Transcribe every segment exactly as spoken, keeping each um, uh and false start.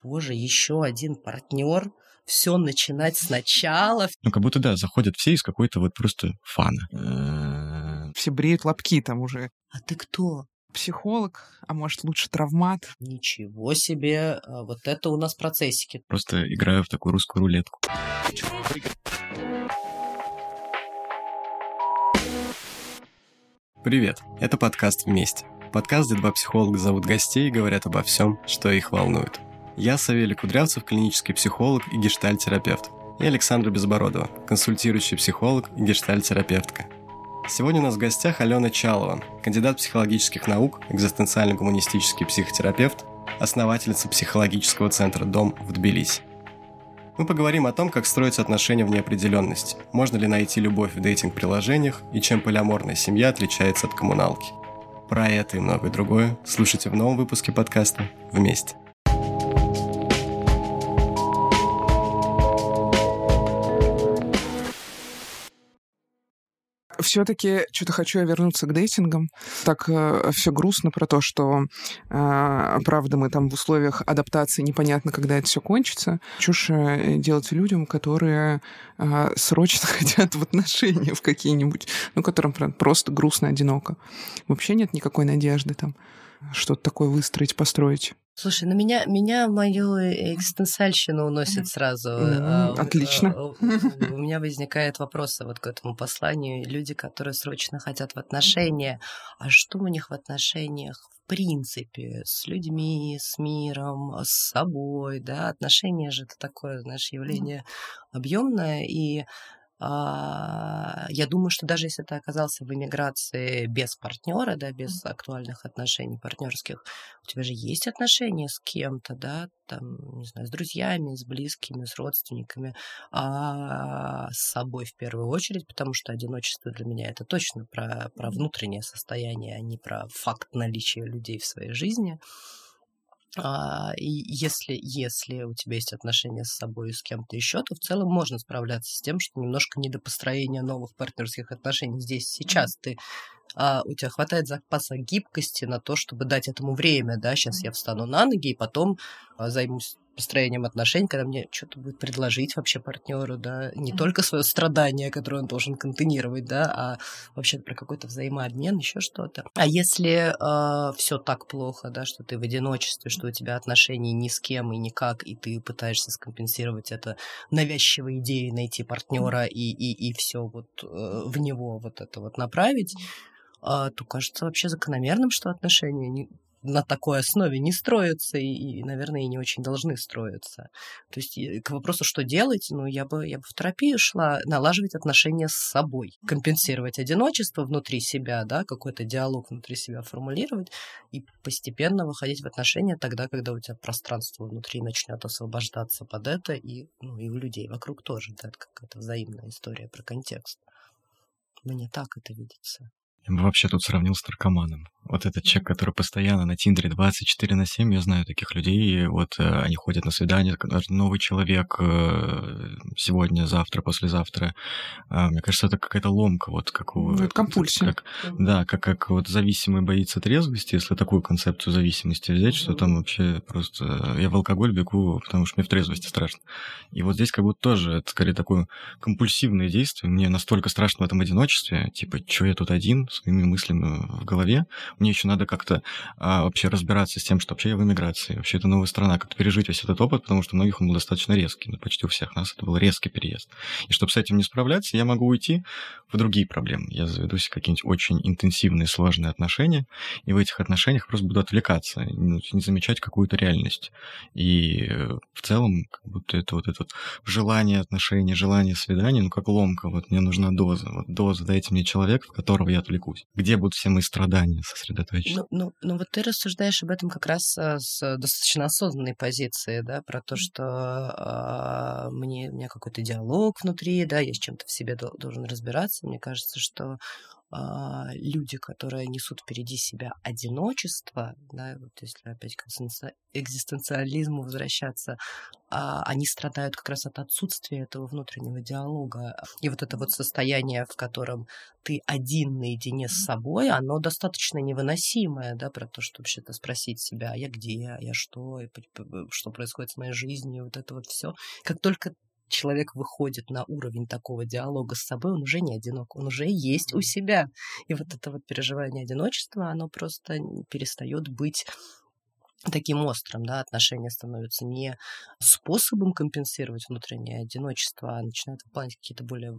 Боже, еще один партнер, все начинать сначала. Ну, как будто, да, заходят все из какой-то вот просто фана. Все бреют лобки там уже. А ты кто? Психолог, а может, лучше травмат. Ничего себе, а вот это у нас процессики. Просто играю в такую русскую рулетку. Привет, это подкаст «Вместе». Подкаст, где два психолога зовут гостей и говорят обо всем, что их волнует. Я Савелий Кудрявцев, клинический психолог и гештальт-терапевт. И Александра Безбородова, консультирующий психолог и гештальт-терапевтка. Сегодня у нас в гостях Алена Чалова, кандидат психологических наук, экзистенциально-гуманистический психотерапевт, основательница психологического центра «Дом» в Тбилиси. Мы поговорим о том, как строятся отношения в неопределенности, можно ли найти любовь в дейтинг-приложениях и чем полиаморная семья отличается от коммуналки. Про это и многое другое слушайте в новом выпуске подкаста «Вместе». Все-таки что-то хочу я вернуться к дейтингам. Так э, все грустно про то, что, э, правда, мы там в условиях адаптации непонятно, когда это все кончится. Чушь э, делать людям, которые э, срочно хотят в отношения в какие-нибудь, ну, которым просто грустно, одиноко. Вообще нет никакой надежды там что-то такое выстроить, построить. Слушай, ну меня, меня мою экзистенциальщину уносит сразу. Mm, отлично. У, у меня возникает вопрос вот к этому посланию. Люди, которые срочно хотят в отношения, а что у них в отношениях в принципе с людьми, с миром, с собой, да? Отношения же это такое, знаешь, явление объемное, и я думаю, что даже если ты оказался в эмиграции без партнера, да, без актуальных отношений партнерских, у тебя же есть отношения с кем-то, да, там, не знаю, с друзьями, с близкими, с родственниками, а с собой в первую очередь, потому что одиночество для меня это точно про, про внутреннее состояние, а не про факт наличия людей в своей жизни. А, и если, если у тебя есть отношения с собой и с кем-то еще, то в целом можно справляться с тем, что немножко не до построения новых партнерских отношений здесь сейчас. Ты, а, у тебя хватает запаса гибкости на то, чтобы дать этому время, да, сейчас я встану на ноги и потом а, займусь построением отношений, когда мне что-то будет предложить вообще партнеру, да, не только свое страдание, которое он должен контейнировать, да, а вообще про какой-то взаимообмен, еще что-то. А если э, все так плохо, да, что ты в одиночестве, что у тебя отношений ни с кем и никак, и ты пытаешься скомпенсировать это навязчивой идеей найти партнера и, и, и все вот э, в него вот это вот направить, э, то кажется вообще закономерным, что отношения не на такой основе не строятся и, и, наверное, и не очень должны строиться. То есть к вопросу, что делать, ну, я бы, я бы в терапию шла, налаживать отношения с собой, компенсировать одиночество внутри себя, да, какой-то диалог внутри себя формулировать и постепенно выходить в отношения тогда, когда у тебя пространство внутри начнет освобождаться под это, и, ну, и у людей вокруг тоже, да, это какая-то взаимная история про контекст. Мне так это видится. Я бы вообще тут сравнил с наркоманом. Вот этот человек, который постоянно на Тиндере двадцать четыре на семь, я знаю таких людей, вот э, они ходят на свидания, новый человек э, сегодня, завтра, послезавтра. Э, мне кажется, это какая-то ломка, вот как у... Это компульсия. Как, да, как, как вот зависимый боится трезвости, если такую концепцию зависимости взять, что там вообще просто... Я в алкоголь бегу, потому что мне в трезвости страшно. И вот здесь как будто тоже, это скорее такое компульсивное действие. Мне настолько страшно в этом одиночестве, типа, что я тут один, своими мыслями в голове. Мне еще надо как-то а, вообще разбираться с тем, что вообще я в эмиграции, вообще это новая страна, как-то пережить весь этот опыт, потому что у многих он был достаточно резкий, ну, почти у всех нас это был резкий переезд. И чтобы с этим не справляться, я могу уйти в другие проблемы. Я заведу себе какие-нибудь очень интенсивные, сложные отношения, и в этих отношениях просто буду отвлекаться, не замечать какую-то реальность. И в целом, как будто это вот это вот желание отношений, желание свидания, ну, как ломка, вот мне нужна доза. Вот доза, дайте мне человека, в которого я отвлекусь. Где будут все мои страдания сосредоточены? Ну, ну, ну вот ты рассуждаешь об этом как раз с достаточно осознанной позиции, да, про то, что а, мне, у меня какой-то диалог внутри, да, я с чем-то в себе должен разбираться. Мне кажется, что люди, которые несут впереди себя одиночество, да, вот если опять к экзистенциализму возвращаться, они страдают как раз от отсутствия этого внутреннего диалога. И вот это вот состояние, в котором ты один наедине с собой, оно достаточно невыносимое, да, про то, чтобы вообще-то спросить себя, а я где, а я что, и что происходит с моей жизнью, вот это вот все. Как только человек выходит на уровень такого диалога с собой, он уже не одинок, он уже есть у себя. И вот это вот переживание одиночества, оно просто перестает быть таким острым, да, отношения становятся не способом компенсировать внутреннее одиночество, а начинают выполнять какие-то более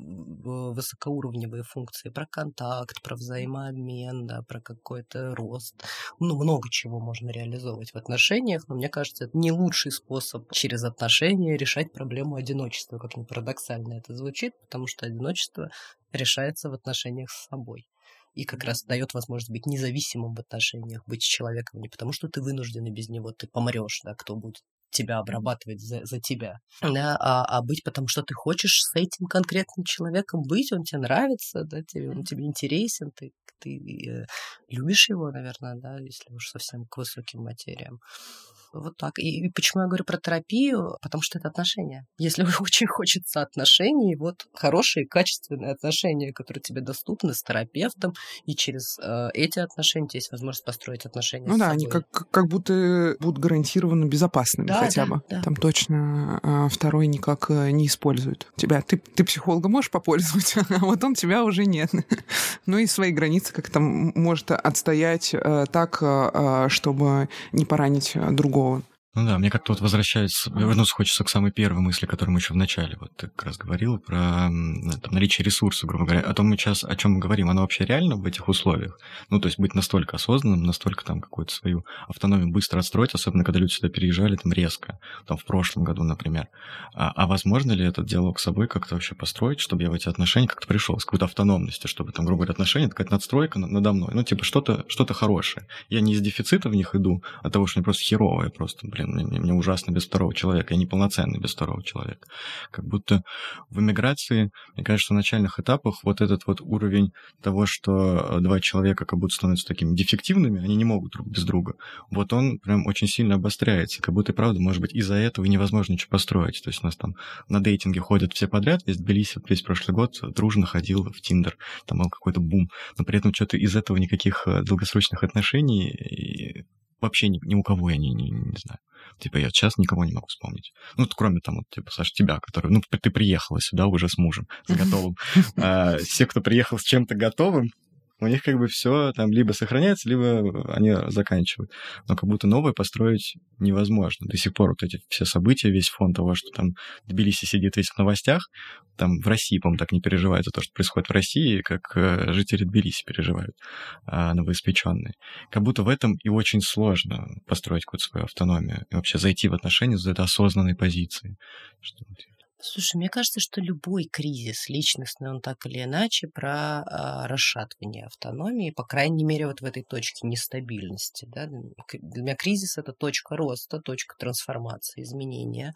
высокоуровневые функции про контакт, про взаимообмен, да, про какой-то рост. Ну, много чего можно реализовывать в отношениях, но мне кажется, это не лучший способ через отношения решать проблему одиночества, как ни парадоксально это звучит, потому что одиночество решается в отношениях с собой. И как раз дает возможность быть независимым в отношениях, быть с человеком не потому, что ты вынужден, и без него ты помрешь, да, кто будет тебя обрабатывать за, за тебя, да, а, а быть потому, что ты хочешь с этим конкретным человеком быть, он тебе нравится, да, тебе, он тебе интересен, ты, ты э, любишь его, наверное, да, если уж совсем к высоким материям. Вот так. И, и почему я говорю про терапию? Потому что это отношения. Если очень хочется отношений, вот хорошие, качественные отношения, которые тебе доступны с терапевтом, и через э, эти отношения у тебя есть возможность построить отношения ну с да, собой. Они как, как будто будут гарантированно безопасными, да, хотя да, бы. Да. Там точно э, второй никак э, не использует тебя. Ты, ты психолога можешь попользовать, а вот он тебя уже нет. Ну и свои границы как там может отстоять э, так, э, чтобы не поранить другого. Ну да, мне как-то вот возвращается, вернуться хочется к самой первой мысли, которую мы еще в начале, вот ты как раз говорила про там, наличие ресурсов, грубо говоря. О том мы сейчас, о чем мы говорим, оно вообще реально в этих условиях? Ну, то есть быть настолько осознанным, настолько там какую-то свою автономию быстро отстроить, особенно когда люди сюда переезжали там резко, там в прошлом году, например. А, а возможно ли этот диалог с собой как-то вообще построить, чтобы я в эти отношения как-то пришел с какой-то автономностью, чтобы там, грубо говоря, отношения, такая надстройка надо мной, ну, типа что-то, что-то хорошее. Я не из дефицита в них иду, а от того, что мне просто херово, я просто, блин, Мне, мне ужасно без второго человека, я неполноценный без второго человека. Как будто в эмиграции, мне кажется, в начальных этапах вот этот вот уровень того, что два человека как будто становятся такими дефективными, они не могут друг без друга, вот он прям очень сильно обостряется. Как будто, правда, может быть, из-за этого невозможно ничего построить. То есть у нас там на дейтинге ходят все подряд, весь Тбилиси, вот весь прошлый год дружно ходил в Тиндер, там был какой-то бум, но при этом что-то из этого никаких долгосрочных отношений вообще ни, ни у кого я не, не, не знаю. Типа, я сейчас никого не могу вспомнить. Ну, кроме там, вот, типа, Саша, тебя, который... Ну, ты приехала сюда уже с мужем, с готовым. А все, кто приехал с чем-то готовым, у них как бы все там либо сохраняется, либо они заканчивают. Но как будто новое построить невозможно. До сих пор вот эти все события, весь фон того, что там Тбилиси сидит весь в новостях, там в России, по-моему, так не переживают за то, что происходит в России, как жители Тбилиси переживают, новоиспеченные. Как будто в этом и очень сложно построить какую-то свою автономию и вообще зайти в отношения с этой осознанной позиции. Что... Слушай, мне кажется, что любой кризис личностный, он так или иначе про а, расшатывание автономии, по крайней мере, вот в этой точке нестабильности. Да? Для меня кризис — это точка роста, точка трансформации, изменения,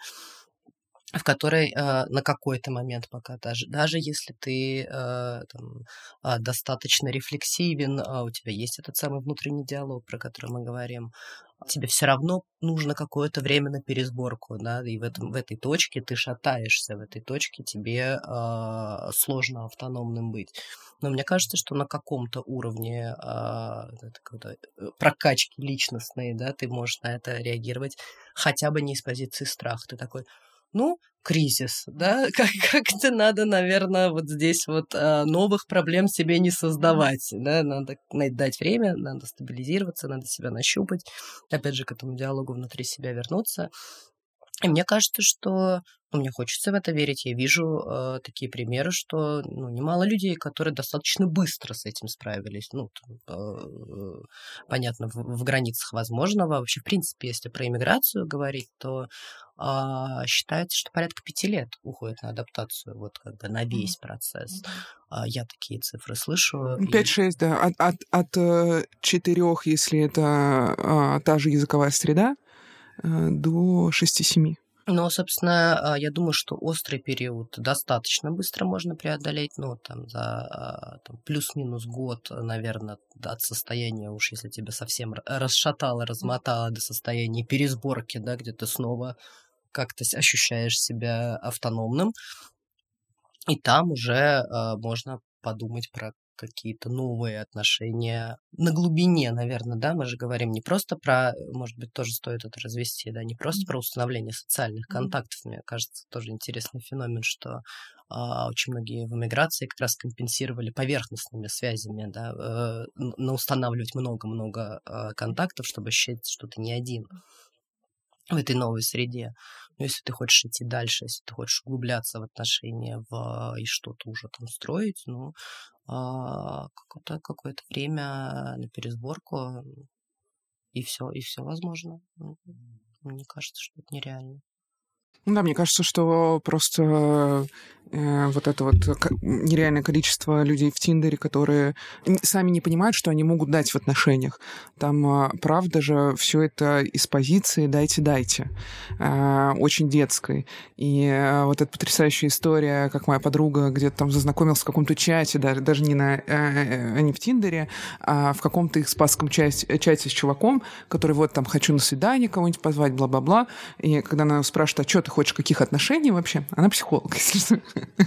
в которой э, на какой-то момент пока даже, даже если ты э, там, э, достаточно рефлексивен, э, у тебя есть этот самый внутренний диалог, про который мы говорим, тебе все равно нужно какое-то время на пересборку, да, и в, этом, в этой точке ты шатаешься, в этой точке тебе э, сложно автономным быть. Но мне кажется, что на каком-то уровне э, прокачки личностной, да, ты можешь на это реагировать хотя бы не из позиции страха. Ты такой... Ну, кризис, да, как- как-то надо, наверное, вот здесь вот а, новых проблем себе не создавать, да, надо дать время, надо стабилизироваться, надо себя нащупать, опять же, к этому диалогу внутри себя вернуться. И мне кажется, что, ну, мне хочется в это верить, я вижу э, такие примеры, что, ну, немало людей, которые достаточно быстро с этим справились, ну, там, э, понятно, в, в границах возможного. Вообще, в принципе, если про иммиграцию говорить, то а, считается, что порядка пяти лет уходит на адаптацию, вот как бы на весь процесс. А, я такие цифры слышу. и- пять-шесть, да. От, от, от э, четырех, если это а, та же языковая среда, э, до шести-семи. Но, собственно, я думаю, что острый период достаточно быстро можно преодолеть, ну, там, за там, плюс-минус год, наверное, от состояния, уж если тебя совсем расшатало, размотало до состояния пересборки, да, где ты снова как-то ощущаешь себя автономным, и там уже э, можно подумать про какие-то новые отношения на глубине, наверное, да, мы же говорим не просто про, может быть, тоже стоит это развести, да, не просто про установление социальных контактов. Мне кажется, тоже интересный феномен, что а, очень многие в эмиграции как раз компенсировали поверхностными связями, да, э, наустанавливать много-много э, контактов, чтобы ощущать, что ты не один в этой новой среде. Но если ты хочешь идти дальше, если ты хочешь углубляться в отношения в, и что-то уже там строить, ну, а, какое-то, какое-то время на пересборку, и все, и все возможно. Мне кажется, что это нереально. Да, мне кажется, что просто э, вот это вот нереальное количество людей в Тиндере, которые сами не понимают, что они могут дать в отношениях. Там, э, правда же, все это из позиции «дайте-дайте», э, очень детской. И э, вот эта потрясающая история, как моя подруга где-то там зазнакомилась в каком-то чате, даже, даже не, на, э, не в Тиндере, а в каком-то их спасском чате, чате с чуваком, который вот там «хочу на свидание кого-нибудь позвать», бла-бла-бла. И когда она спрашивает, а что ты хочешь каких отношений вообще? Она психолог, если что.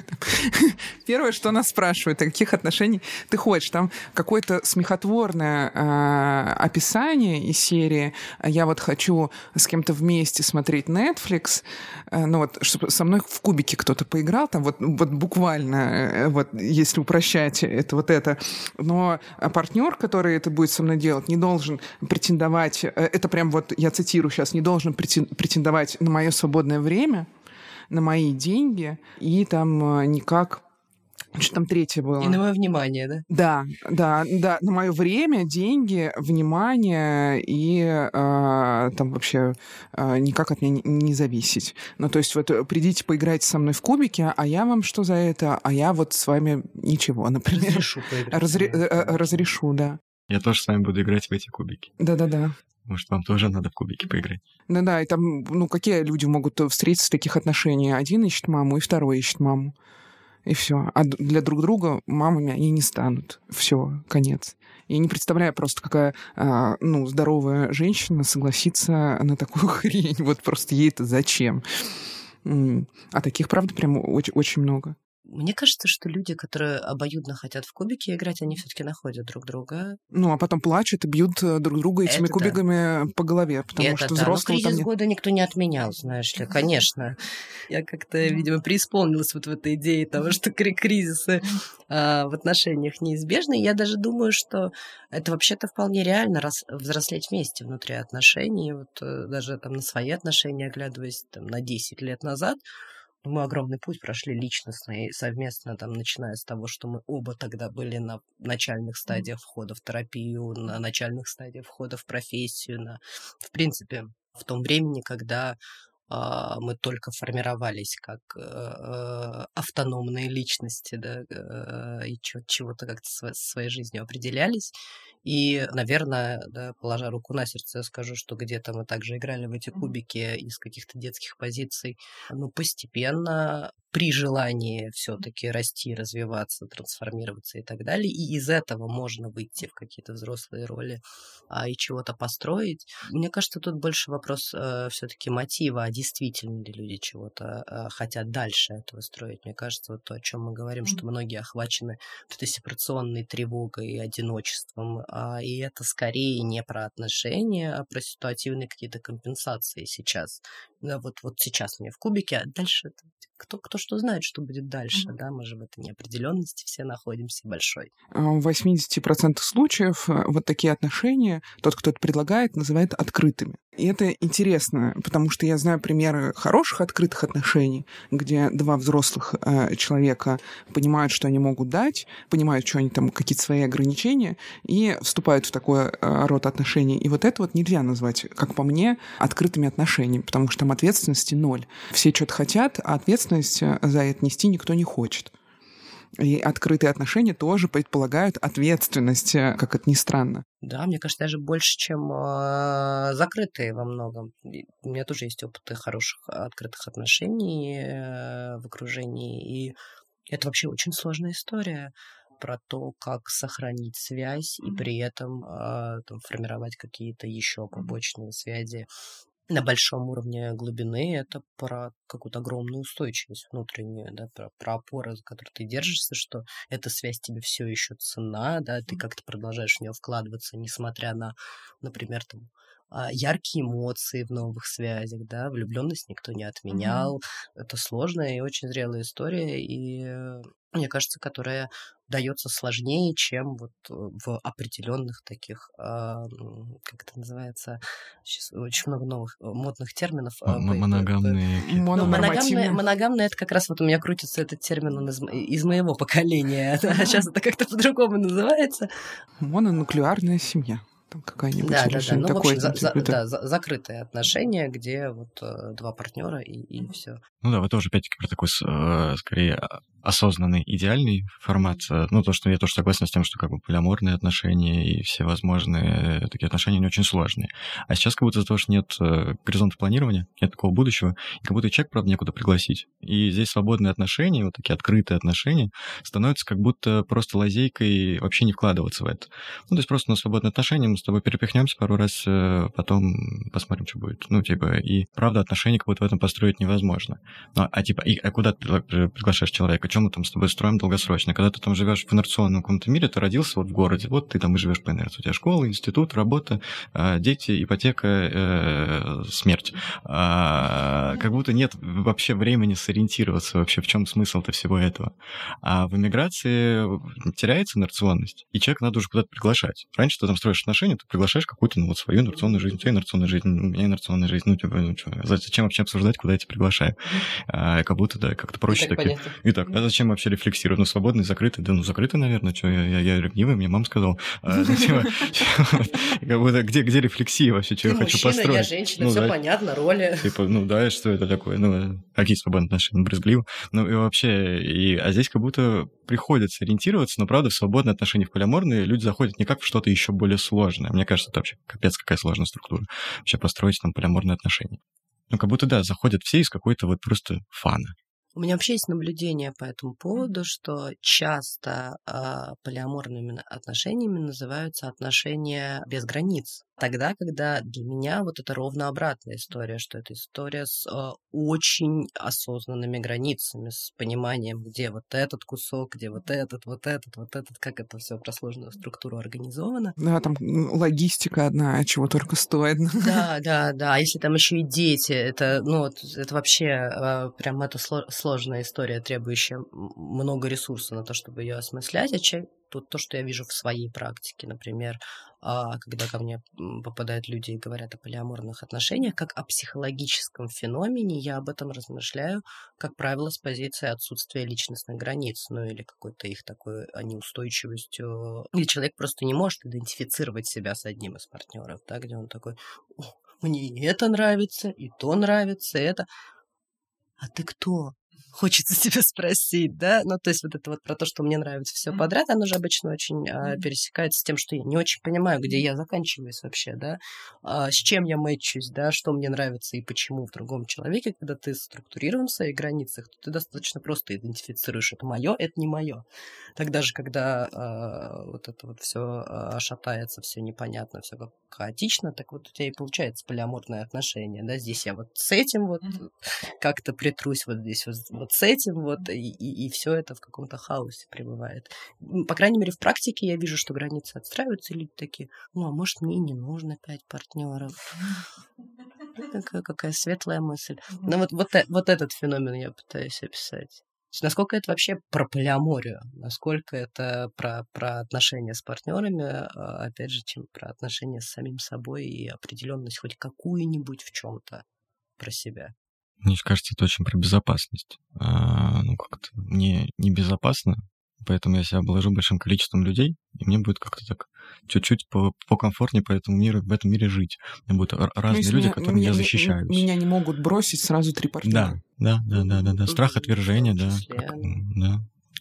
Первое, что она спрашивает, а каких отношений ты хочешь? Там какое-то смехотворное э, описание из серии «Я вот хочу с кем-то вместе смотреть Netflix», э, ну вот, чтобы со мной в кубике кто-то поиграл, там вот, вот буквально, э, вот, если упрощать это вот это. Но партнер, который это будет со мной делать, не должен претендовать, э, это прям вот, я цитирую сейчас, не должен претендовать на мое свободное время, на мои деньги, и там э, никак... Что там третье было? И на мое внимание, да? Да, да, да, на мое время, деньги, внимание, и э, там вообще э, никак от меня не, не зависеть. Ну, то есть вот придите поиграть со мной в кубики, а я вам что за это? А я вот с вами ничего, например. Разрешу поиграть. Разре- э, разрешу, да. Я тоже с вами буду играть в эти кубики. Да-да-да. Может, вам тоже надо в кубики поиграть? Да-да, и там, ну, какие люди могут встретиться в таких отношениях? Один ищет маму, и второй ищет маму. И все. А для друг друга мамами они не станут. Все, конец. Я не представляю просто, какая, ну, здоровая женщина согласится на такую хрень. Вот просто ей это зачем? А таких, правда, прям очень, очень много. Мне кажется, что люди, которые обоюдно хотят в кубики играть, они все-таки находят друг друга. Ну, а потом плачут и бьют друг друга этими это кубиками да. по голове, потому это что да. взрослого Но кризис года никто не отменял, знаешь ли, конечно. Я как-то, видимо, преисполнилась вот в этой идее того, что кризисы в отношениях неизбежны. Я даже думаю, что это вообще-то вполне реально взрослеть вместе внутри отношений. Вот даже там на свои отношения, оглядываясь там, на десять лет назад, мы огромный путь прошли личностный, совместно, там, начиная с того, что мы оба тогда были на начальных стадиях входа в терапию, на начальных стадиях входа в профессию, на, в принципе, в том времени, когда э, мы только формировались как э, автономные личности, да, э, и чего-то как-то со своей жизнью определялись. И, наверное, да, положа руку на сердце, я скажу, что где-то мы также играли в эти кубики из каких-то детских позиций. Ну, постепенно, при желании все-таки расти, развиваться, трансформироваться и так далее. И из этого можно выйти в какие-то взрослые роли а, и чего-то построить. Мне кажется, тут больше вопрос э, все-таки мотива, а действительно ли люди чего-то э, хотят дальше этого строить. Мне кажется, вот то, о чем мы говорим, mm-hmm. что многие охвачены вот этой сепарационной тревогой и одиночеством. А, и это скорее не про отношения, а про ситуативные какие-то компенсации сейчас. Да, вот, вот сейчас мне в кубике, а дальше кто, кто что знает, что будет дальше, mm-hmm. да, мы же в этой неопределенности все находимся большой. В восемьдесят процентов случаев вот такие отношения тот, кто это предлагает, называет открытыми. И это интересно, потому что я знаю примеры хороших открытых отношений, где два взрослых э, человека понимают, что они могут дать, понимают, что они там, какие-то свои ограничения, и вступают в такой э, род отношений. И вот это вот нельзя назвать, как по мне, открытыми отношениями, потому что там ответственности ноль. Все что-то хотят, а ответственность за это нести никто не хочет. И открытые отношения тоже предполагают ответственность, как это ни странно. Да, мне кажется, даже больше, чем э, закрытые во многом. И у меня тоже есть опыты хороших открытых отношений э, в окружении, и это вообще очень сложная история про то, как сохранить связь и при этом э, там, формировать какие-то еще побочные связи на большом уровне глубины. Это про какую-то огромную устойчивость внутреннюю, да, про, про опору, за которой ты держишься, что эта связь тебе все еще ценна, да, ты как-то продолжаешь в нее вкладываться, несмотря на, например, там, яркие эмоции в новых связях, да, влюбленность никто не отменял. Mm-hmm. Это сложная и очень зрелая история, и, мне кажется, которая дается сложнее, чем вот в определенных таких, как это называется, сейчас очень много новых модных терминов. Моногамные. Ну, моногамные, моногамные, это как раз вот у меня крутится этот термин, он из, из моего поколения. Сейчас это как-то по-другому называется. Мононуклеарная семья. Там какая-нибудь да, да, да. Ну, такое, в общем, за, за, да, за, закрытые отношения, где вот э, два партнера и, и все. Ну да, это уже опять-таки про такой, э, скорее, осознанный, идеальный формат. Ну, то, что я тоже согласен с тем, что как бы полиаморные отношения и все возможные такие отношения, они очень сложные. А сейчас как будто из-за того, что нет э, горизонта планирования, нет такого будущего, как будто человек, правда, некуда пригласить. И здесь свободные отношения, вот такие открытые отношения, становятся как будто просто лазейкой вообще не вкладываться в это. Ну, то есть просто на свободные отношения мы с тобой перепихнемся пару раз, потом посмотрим, что будет. Ну, типа, и правда, отношения как будто в этом построить невозможно. Ну, а типа, и, а куда ты приглашаешь человека? Чем мы там с тобой строим долгосрочно? Когда ты там живешь в инерционном каком-то мире, ты родился вот в городе, вот ты там и живешь по инерции. У тебя школа, институт, работа, дети, ипотека, смерть. А, как будто нет вообще времени сориентироваться вообще, в чем смысл-то всего этого. А в эмиграции теряется инерционность, и человека надо уже куда-то приглашать. Раньше ты там строишь отношения, ты приглашаешь какую-то, ну, вот свою инерционную жизнь, у тебя инерционная жизнь, у меня инерционная жизнь, ну, типа, ну, что, зачем вообще обсуждать, куда я тебя приглашаю? А, как будто, да, как-то проще таки. Итак, а зачем вообще рефлексировать? Ну, свободный, закрытый, да, ну, закрытый, наверное, что, я, я, я ревнивый, мне мама сказала. Как будто, где рефлексия вообще, что я хочу построить? Я женщина, все понятно, роли. Типа, ну, да, что это такое? Ну, какие свободные отношения? Брезгливо. Ну, и вообще, и, а здесь как будто приходится ориентироваться, но, правда, в свободные отношения, в полиаморные люди заходят не как в что-то еще более сложное. Мне кажется, это вообще капец какая сложная структура. Вообще построить там полиаморные отношения. Ну, как будто, да, заходят все из какой-то вот просто фана. У меня вообще есть наблюдение по этому поводу, что часто э, полиаморными отношениями называются отношения без границ. Тогда, когда для меня вот это ровно обратная история, что это история с э, очень осознанными границами, с пониманием, где вот этот кусок, где вот этот, вот этот, вот этот, как это все про сложную структуру организовано. Да, там логистика одна, чего только стоит. Да, да, да. А если там еще и дети, это, ну, это вообще э, прям это сложная история, требующая много ресурса на то, чтобы ее осмыслять. А чай, тут то, что я вижу в своей практике, например, когда ко мне попадают люди и говорят о полиаморных отношениях, как о психологическом феномене, я об этом размышляю, как правило, с позиции отсутствия личностных границ, ну или какой-то их такой неустойчивостью. Или человек просто не может идентифицировать себя с одним из партнеров, да, где он такой: мне и это нравится, и то нравится, и это. А ты кто? Хочется себя спросить, да? Ну, то есть вот это вот про то, что мне нравится все подряд, оно же обычно очень а, пересекается с тем, что я не очень понимаю, где я заканчиваюсь вообще, да? А, с чем я мэтчусь, да? Что мне нравится и почему в другом человеке. Когда ты структурирован в своих границах, то ты достаточно просто идентифицируешь: это мое, это не мое. Тогда же, когда а, вот это вот все а, шатается, все непонятно, все как хаотично, так вот у тебя и получается полиаморное отношение, да? Здесь я вот с этим вот как-то притрусь, вот здесь вот вот с этим вот, и, и, и все это в каком-то хаосе пребывает. По крайней мере, в практике я вижу, что границы отстраиваются, и люди такие: ну, а может, мне и не нужно пять партнеров. Какая, какая светлая мысль. Но вот, вот, вот этот феномен я пытаюсь описать. Насколько это вообще про полиаморию, насколько это про, про отношения с партнерами, опять же, чем про отношения с самим собой и определенность хоть какую-нибудь в чем-то про себя. Мне кажется, это очень про безопасность. А, ну, как-то мне небезопасно, поэтому я себя обложу большим количеством людей, и мне будет как-то так чуть-чуть по, покомфортнее по этому миру, в этом мире жить. Мне будут разные люди, меня, которым меня, я защищаюсь. Меня не могут бросить сразу три партнера. Да, да, да, да, да, да. Страх отвержения, да, как, да.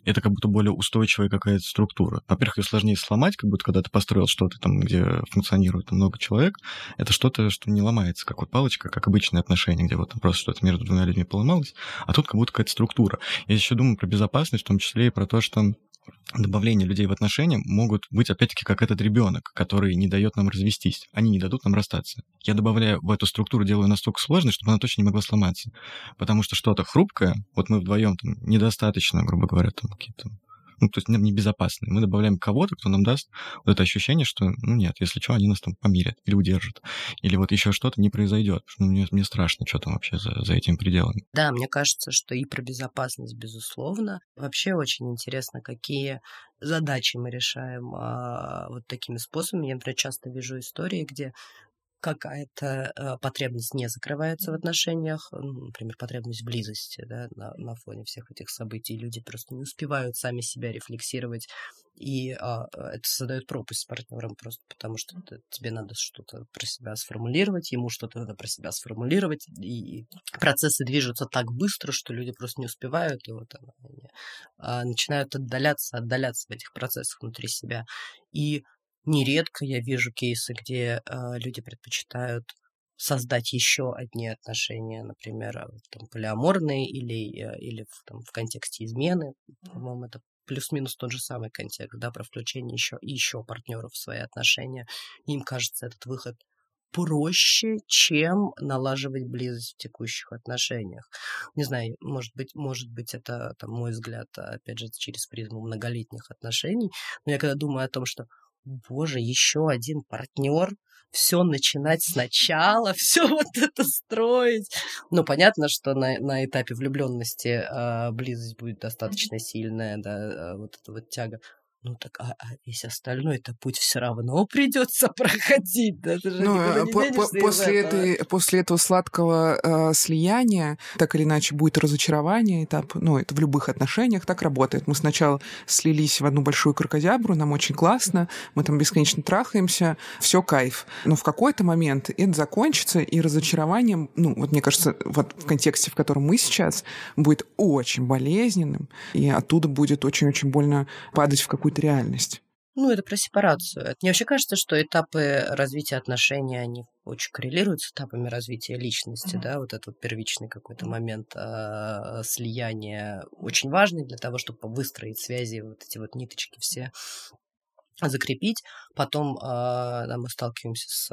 это как будто более устойчивая какая-то структура. Во-первых, ее сложнее сломать, как будто когда ты построил что-то там, где функционирует много человек, это что-то, что не ломается, как вот палочка, как обычные отношения, где вот там просто что-то между двумя людьми поломалось, а тут как будто какая-то структура. Я еще думаю про безопасность, в том числе и про то, что добавление людей в отношения могут быть, опять-таки, как этот ребенок, который не дает нам развестись. Они не дадут нам расстаться. Я добавляю в эту структуру, делаю настолько сложной, чтобы она точно не могла сломаться. Потому что что-то хрупкое, вот мы вдвоем там недостаточно, грубо говоря, там какие-то, ну, то есть небезопасные. Мы добавляем кого-то, кто нам даст вот это ощущение, что, ну, нет, если что, они нас там помирят или удержат. Или вот еще что-то не произойдет. Потому что ну, мне, мне страшно, что там вообще за, за этим пределами. Да, мне кажется, что и про безопасность, безусловно. Вообще очень интересно, какие задачи мы решаем а, вот такими способами. Я, например, часто вижу истории, где какая-то э, потребность не закрывается в отношениях, ну, например, потребность в близости, да, на, на фоне всех этих событий. Люди просто не успевают сами себя рефлексировать, и а, это создает пропасть с партнером просто потому, что это, тебе надо что-то про себя сформулировать, ему что-то надо про себя сформулировать, и процессы движутся так быстро, что люди просто не успевают, и вот они а, начинают отдаляться, отдаляться в этих процессах внутри себя. И нередко я вижу кейсы, где э, люди предпочитают создать еще одни отношения, например, там, полиаморные или, э, или в, там, в контексте измены. По-моему, это плюс-минус тот же самый контекст, да, про включение еще, еще партнеров в свои отношения. Им кажется этот выход проще, чем налаживать близость в текущих отношениях. Не знаю, может быть, может быть, это там, мой взгляд, опять же, через призму многолетних отношений, но я когда думаю о том, что боже, еще один партнер, все начинать сначала, все вот это строить. Ну, понятно, что на, на этапе влюбленности э, близость будет достаточно сильная, да, э, вот эта вот тяга. Ну так, а, а весь остальной-то путь все равно придется проходить, да, ты же ну, никуда не по- денешься по- после, из этого. этой, после этого сладкого э, слияния, так или иначе, будет разочарование, этап, ну, это в любых отношениях так работает. Мы сначала слились в одну большую крокодябру, нам очень классно, мы там бесконечно трахаемся, все кайф. Но в какой-то момент это закончится, и разочарованием, ну, вот мне кажется, вот в контексте, в котором мы сейчас, будет очень болезненным, и оттуда будет очень-очень больно падать в какую-то реальность. Ну, это про сепарацию. Мне вообще кажется, что этапы развития отношений, они очень коррелируют с этапами развития личности, mm-hmm. да, вот этот вот первичный какой-то момент э, слияния очень важный для того, чтобы выстроить связи, вот эти вот ниточки все закрепить. Потом э, да, мы сталкиваемся с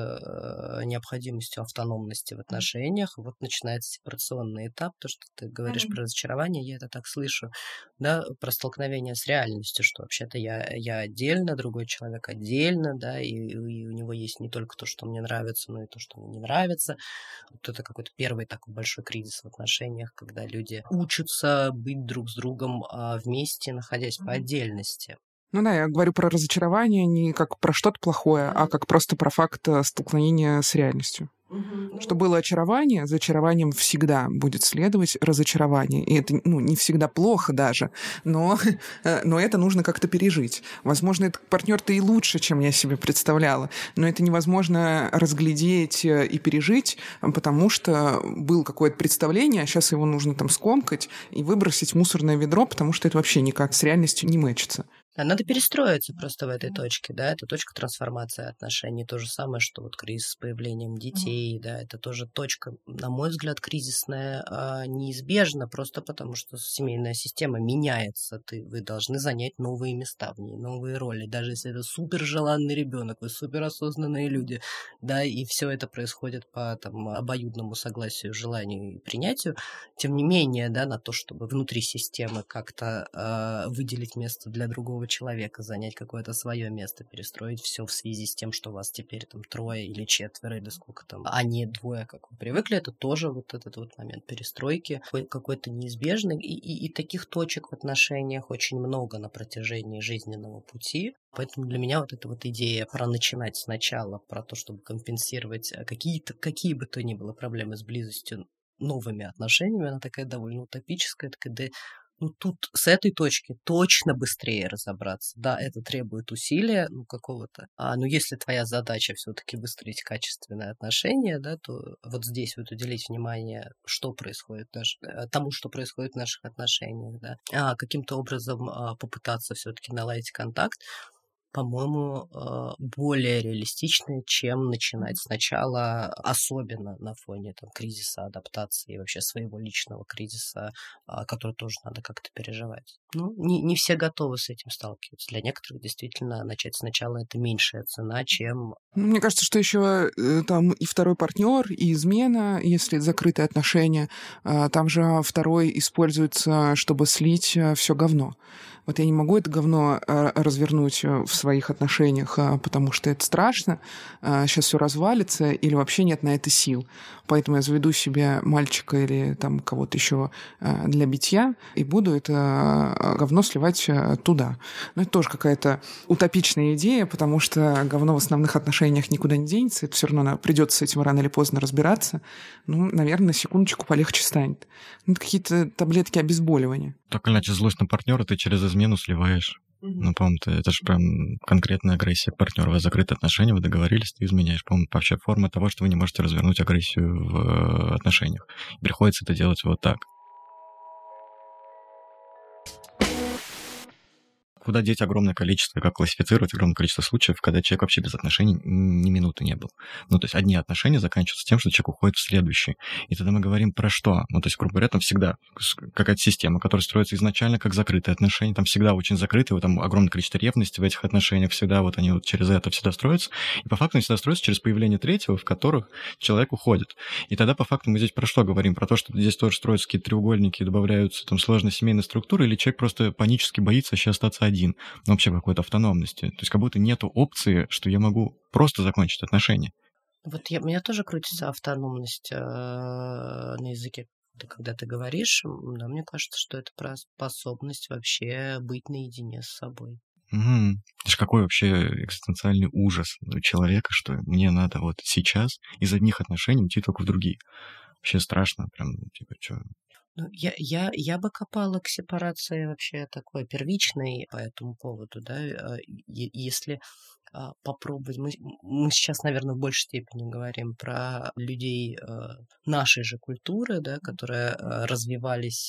э, необходимостью автономности в отношениях. Вот начинается сепарационный этап, то, что ты говоришь mm-hmm. про разочарование, я это так слышу, да, про столкновение с реальностью, что вообще-то я, я отдельно, другой человек отдельно, да, и, и у него есть не только то, что мне нравится, но и то, что мне не нравится. Вот это какой-то первый такой большой кризис в отношениях, когда люди учатся быть друг с другом а, вместе, находясь mm-hmm. по отдельности. Ну да, я говорю про разочарование не как про что-то плохое, а как просто про факт столкновения с реальностью. Угу. Что было очарование, за очарованием всегда будет следовать разочарование. И это ну, не всегда плохо даже, но, но это нужно как-то пережить. Возможно, этот партнер-то и лучше, чем я себе представляла, но это невозможно разглядеть и пережить, потому что было какое-то представление, а сейчас его нужно там скомкать и выбросить в мусорное ведро, потому что это вообще никак с реальностью не мэчится. А надо перестроиться просто в этой точке, да, это точка трансформации отношений, то же самое, что вот кризис с появлением детей, mm-hmm. да, это тоже точка, на мой взгляд, кризисная, а, неизбежна, просто потому что семейная система меняется, ты, вы должны занять новые места в ней, новые роли, даже если это супер желанный ребенок, вы суперосознанные люди, да, и все это происходит по там, обоюдному согласию, желанию и принятию, тем не менее, да, на то, чтобы внутри системы как-то а, выделить место для другого человека, занять какое-то свое место, перестроить все в связи с тем, что у вас теперь там трое или четверо, или сколько там, а не двое, как вы привыкли, это тоже вот этот вот момент перестройки какой-то неизбежный, и, и, и таких точек в отношениях очень много на протяжении жизненного пути. Поэтому для меня вот эта вот идея про начинать сначала, про то, чтобы компенсировать какие-то, какие бы то ни было проблемы с близостью новыми отношениями, она такая довольно утопическая, такая, да, Ну, тут с этой точки точно быстрее разобраться. Да, это требует усилия, ну, какого-то. А, но если твоя задача все-таки выстроить качественные отношения, да, то вот здесь вот уделить внимание, что происходит, наш, тому, что происходит в наших отношениях, да, а каким-то образом а, попытаться все-таки наладить контакт, по-моему, более реалистичны, чем начинать сначала, особенно на фоне там, кризиса адаптации и вообще своего личного кризиса, который тоже надо как-то переживать. Ну, не, не все готовы с этим сталкиваться. Для некоторых действительно начать сначала это меньшая цена, чем... Мне кажется, что еще там и второй партнер, и измена, если это закрытые отношения, там же второй используется, чтобы слить все говно. Вот я не могу это говно развернуть в своих отношениях, потому что это страшно, сейчас все развалится, или вообще нет на это сил. Поэтому я заведу себе мальчика или там кого-то еще для битья и буду это говно сливать туда. Но это тоже какая-то утопичная идея, потому что говно в основных отношениях никуда не денется, это все равно придется с этим рано или поздно разбираться. Ну, наверное, на секундочку полегче станет. Ну, это какие-то таблетки обезболивания. Так или иначе, злость на партнера ты через измену сливаешь. Mm-hmm. Ну, по-моему, ты, это же прям конкретная агрессия к партнеру. У вас закрытые отношения, вы договорились, ты изменяешь. По-моему, вообще форма того, что вы не можете развернуть агрессию в отношениях. Приходится это делать вот так. Куда деть огромное количество, как классифицировать огромное количество случаев, когда человек вообще без отношений ни минуты не был. Ну, то есть одни отношения заканчиваются тем, что человек уходит в следующие. И тогда мы говорим про что? Ну, то есть, грубо говоря, там всегда какая-то система, которая строится изначально как закрытые отношения, там всегда очень закрытые, вот там огромное количество ревности в этих отношениях, всегда вот они вот через это всегда строятся. И по факту они всегда строятся через появление третьего, в которых человек уходит. И тогда по факту мы здесь про что говорим? Про то, что здесь тоже строятся какие-то треугольники, добавляются там сложные семейные структуры, или человек просто панически боится вообще остаться один. Один, но вообще какой-то автономности. То есть как будто нету опции, что я могу просто закончить отношения. Вот я, у меня тоже крутится автономность э, на языке, когда ты говоришь. Да, мне кажется, что это про способность вообще быть наедине с собой. Угу. Это же какой вообще экзистенциальный ужас у человека, что мне надо вот сейчас из одних отношений уйти только в другие. Вообще страшно, прям, типа, что... Ну, я, я, я бы копала к сепарации вообще такой первичной по этому поводу, да, если попробовать, мы, мы сейчас, наверное, в большей степени говорим про людей нашей же культуры, да, которые развивались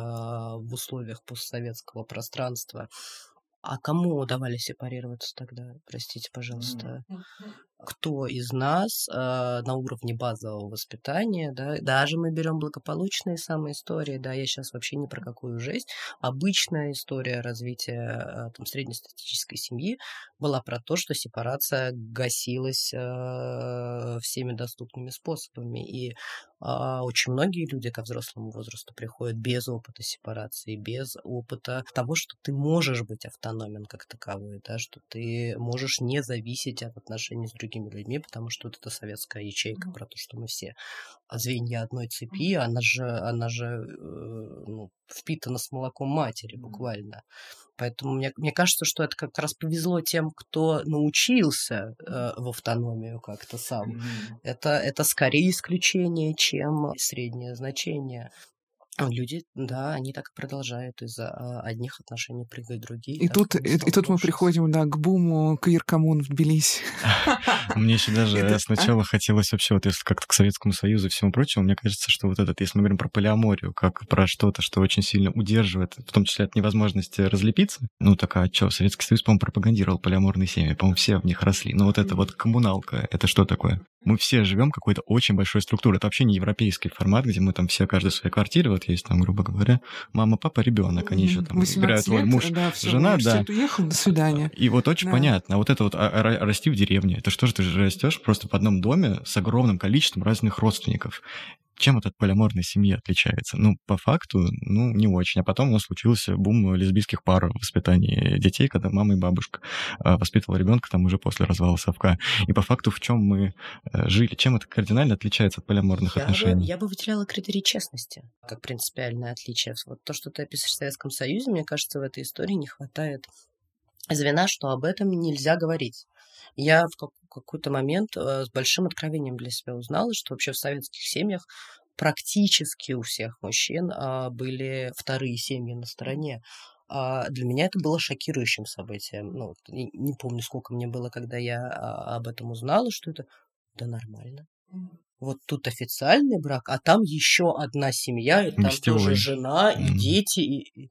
в условиях постсоветского пространства. А кому давали сепарироваться тогда? Простите, пожалуйста. Кто из нас э, на уровне базового воспитания, да, даже мы берем благополучные самые истории, да, я сейчас вообще ни про какую жесть, обычная история развития там, среднестатистической семьи была про то, что сепарация гасилась э, всеми доступными способами, и э, очень многие люди ко взрослому возрасту приходят без опыта сепарации, без опыта того, что ты можешь быть автономен как таковой, да, что ты можешь не зависеть от отношений с другими людьми, потому что вот эта советская ячейка mm-hmm. про то, что мы все звенья одной цепи, она же, она же э, ну, впитана с молоком матери буквально. Поэтому мне, мне кажется, что это как раз повезло тем, кто научился э, в автономию как-то сам. Mm-hmm. Это, это скорее исключение, чем среднее значение. Люди, да, они так и продолжают из-за одних отношений прыгать другие. И тут, и, и тут мы приходим, да, к буму квир-коммун в Тбилиси. Мне еще даже сначала хотелось вообще, вот если как-то к Советскому Союзу и всему прочему, мне кажется, что вот этот, если мы говорим про полиаморию, как про что-то, что очень сильно удерживает, в том числе от невозможности разлепиться, ну так, а что, Советский Союз, по-моему, пропагандировал полиаморные семьи, по-моему, все в них росли. Но вот это вот коммуналка, это что такое? Мы все живем какой-то очень большой структурой. Это вообще не европейский формат, где мы там все, каждый в своей квартире, вот есть там, грубо говоря, мама, папа, ребенок, они еще там играют роль муж, да, все, жена, да. Уехал, до свидания. И вот очень да. понятно. А вот это вот а, а, расти в деревне, это что же ты же растешь просто в одном доме с огромным количеством разных родственников. Чем от полиаморной семьи отличается? Ну, по факту, ну, не очень. А потом у нас случился бум лесбийских пар в воспитании детей, когда мама и бабушка воспитывала ребенка там уже после развала совка. И по факту в чем мы жили? Чем это кардинально отличается от полиаморных я отношений? Бы, я бы выделяла критерий честности как принципиальное отличие. Вот то, что ты описываешь в Советском Союзе, мне кажется, в этой истории не хватает звена, что об этом нельзя говорить. Я в какой-то момент с большим откровением для себя узнала, что вообще в советских семьях практически у всех мужчин а, были вторые семьи на стороне. А для меня это было шокирующим событием. Ну, не, не помню, сколько мне было, когда я а, об этом узнала, что это да нормально. Вот тут официальный брак, а там еще одна семья, и там Гостевой. тоже жена, и Мгм. дети, и, и-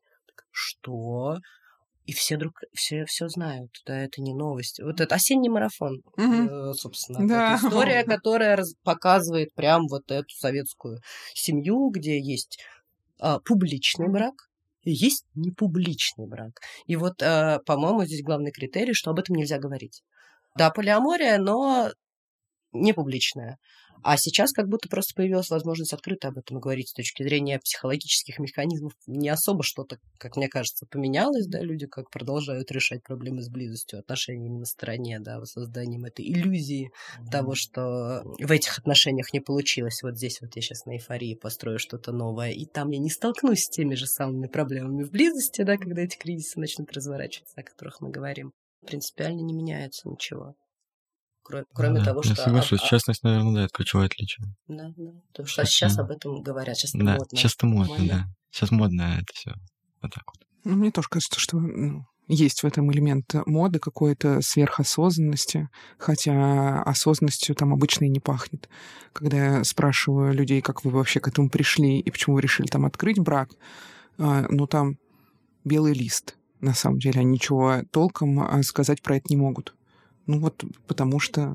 что? И все друг все, все знают, да, это не новость. Вот это осенний марафон, Мгм. э, собственно, Да. это история, которая раз- показывает прям вот эту советскую семью, где есть а, публичный брак, и есть непубличный брак. И вот, а, по-моему, здесь главный критерий, что об этом нельзя говорить. Да, полиамория, но не публичная. А сейчас как будто просто появилась возможность открыто об этом говорить с точки зрения психологических механизмов. Не особо что-то, как мне кажется, поменялось, да, люди как продолжают решать проблемы с близостью, отношениями на стороне, да, созданием этой иллюзии того, что в этих отношениях не получилось. Вот здесь вот я сейчас на эйфории построю что-то новое, и там я не столкнусь с теми же самыми проблемами в близости, да, когда эти кризисы начнут разворачиваться, о которых мы говорим. Принципиально не меняется ничего. Кро- Кроме Да, того, я что... соглашусь. об- а- Честность, наверное, да, это ключевое отличие. Да, да. Потому что Сейчас, сейчас ну, об этом говорят, сейчас это да, модно. сейчас это модно, Модно. да. Сейчас модно это все. Вот так вот. Ну, мне тоже кажется, что ну, есть в этом элемент моды, какой-то сверхосознанности, хотя осознанностью там обычно и не пахнет. Когда я спрашиваю людей, как вы вообще к этому пришли и почему вы решили там открыть брак, а, ну там белый лист, на самом деле. Они ничего толком а, сказать про это не могут. Ну вот потому что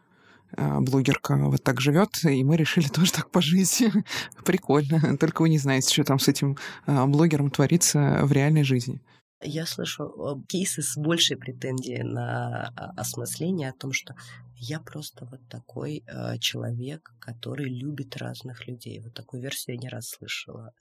а, блогерка вот так живет, и мы решили тоже так пожить. Прикольно. Только вы не знаете, что там с этим а, блогером творится в реальной жизни. Я слышу э, кейсы с большей претензией на а, осмысление о том, что я просто вот такой э, человек, который любит разных людей. Вот такую версию я не раз слышала.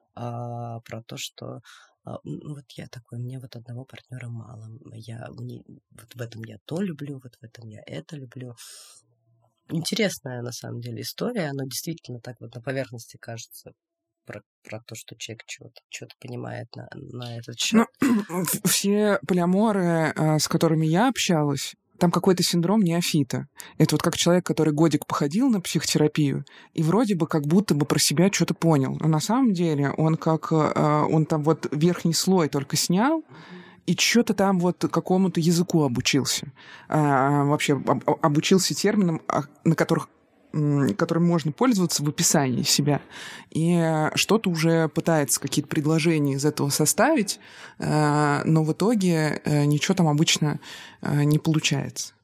А, про то, что а, ну, вот я такой, мне вот одного партнера мало. Я мне, вот в этом я то люблю, вот в этом я это люблю. Интересная, на самом деле, история. Она действительно так вот на поверхности кажется про, про то, что человек чего-то, чего-то понимает на, на этот счет. Ну, все полиаморы, а, с которыми я общалась, там какой-то синдром неофита. Это вот как человек, который годик походил на психотерапию, и вроде бы как будто бы про себя что-то понял. Но на самом деле он как... а, Он там вот верхний слой только снял, и что-то там вот какому-то языку обучился. А, вообще об- обучился терминам, а, на которых м, которым можно пользоваться в описании себя. И э, что-то уже пытается какие-то предложения из этого составить, э, но в итоге э, ничего там обычно э, не получается.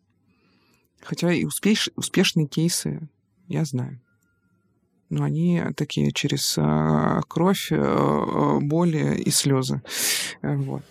Хотя и успеш- успешные кейсы я знаю. Но они такие через э, кровь, э, боли и слезы. Э, Вот.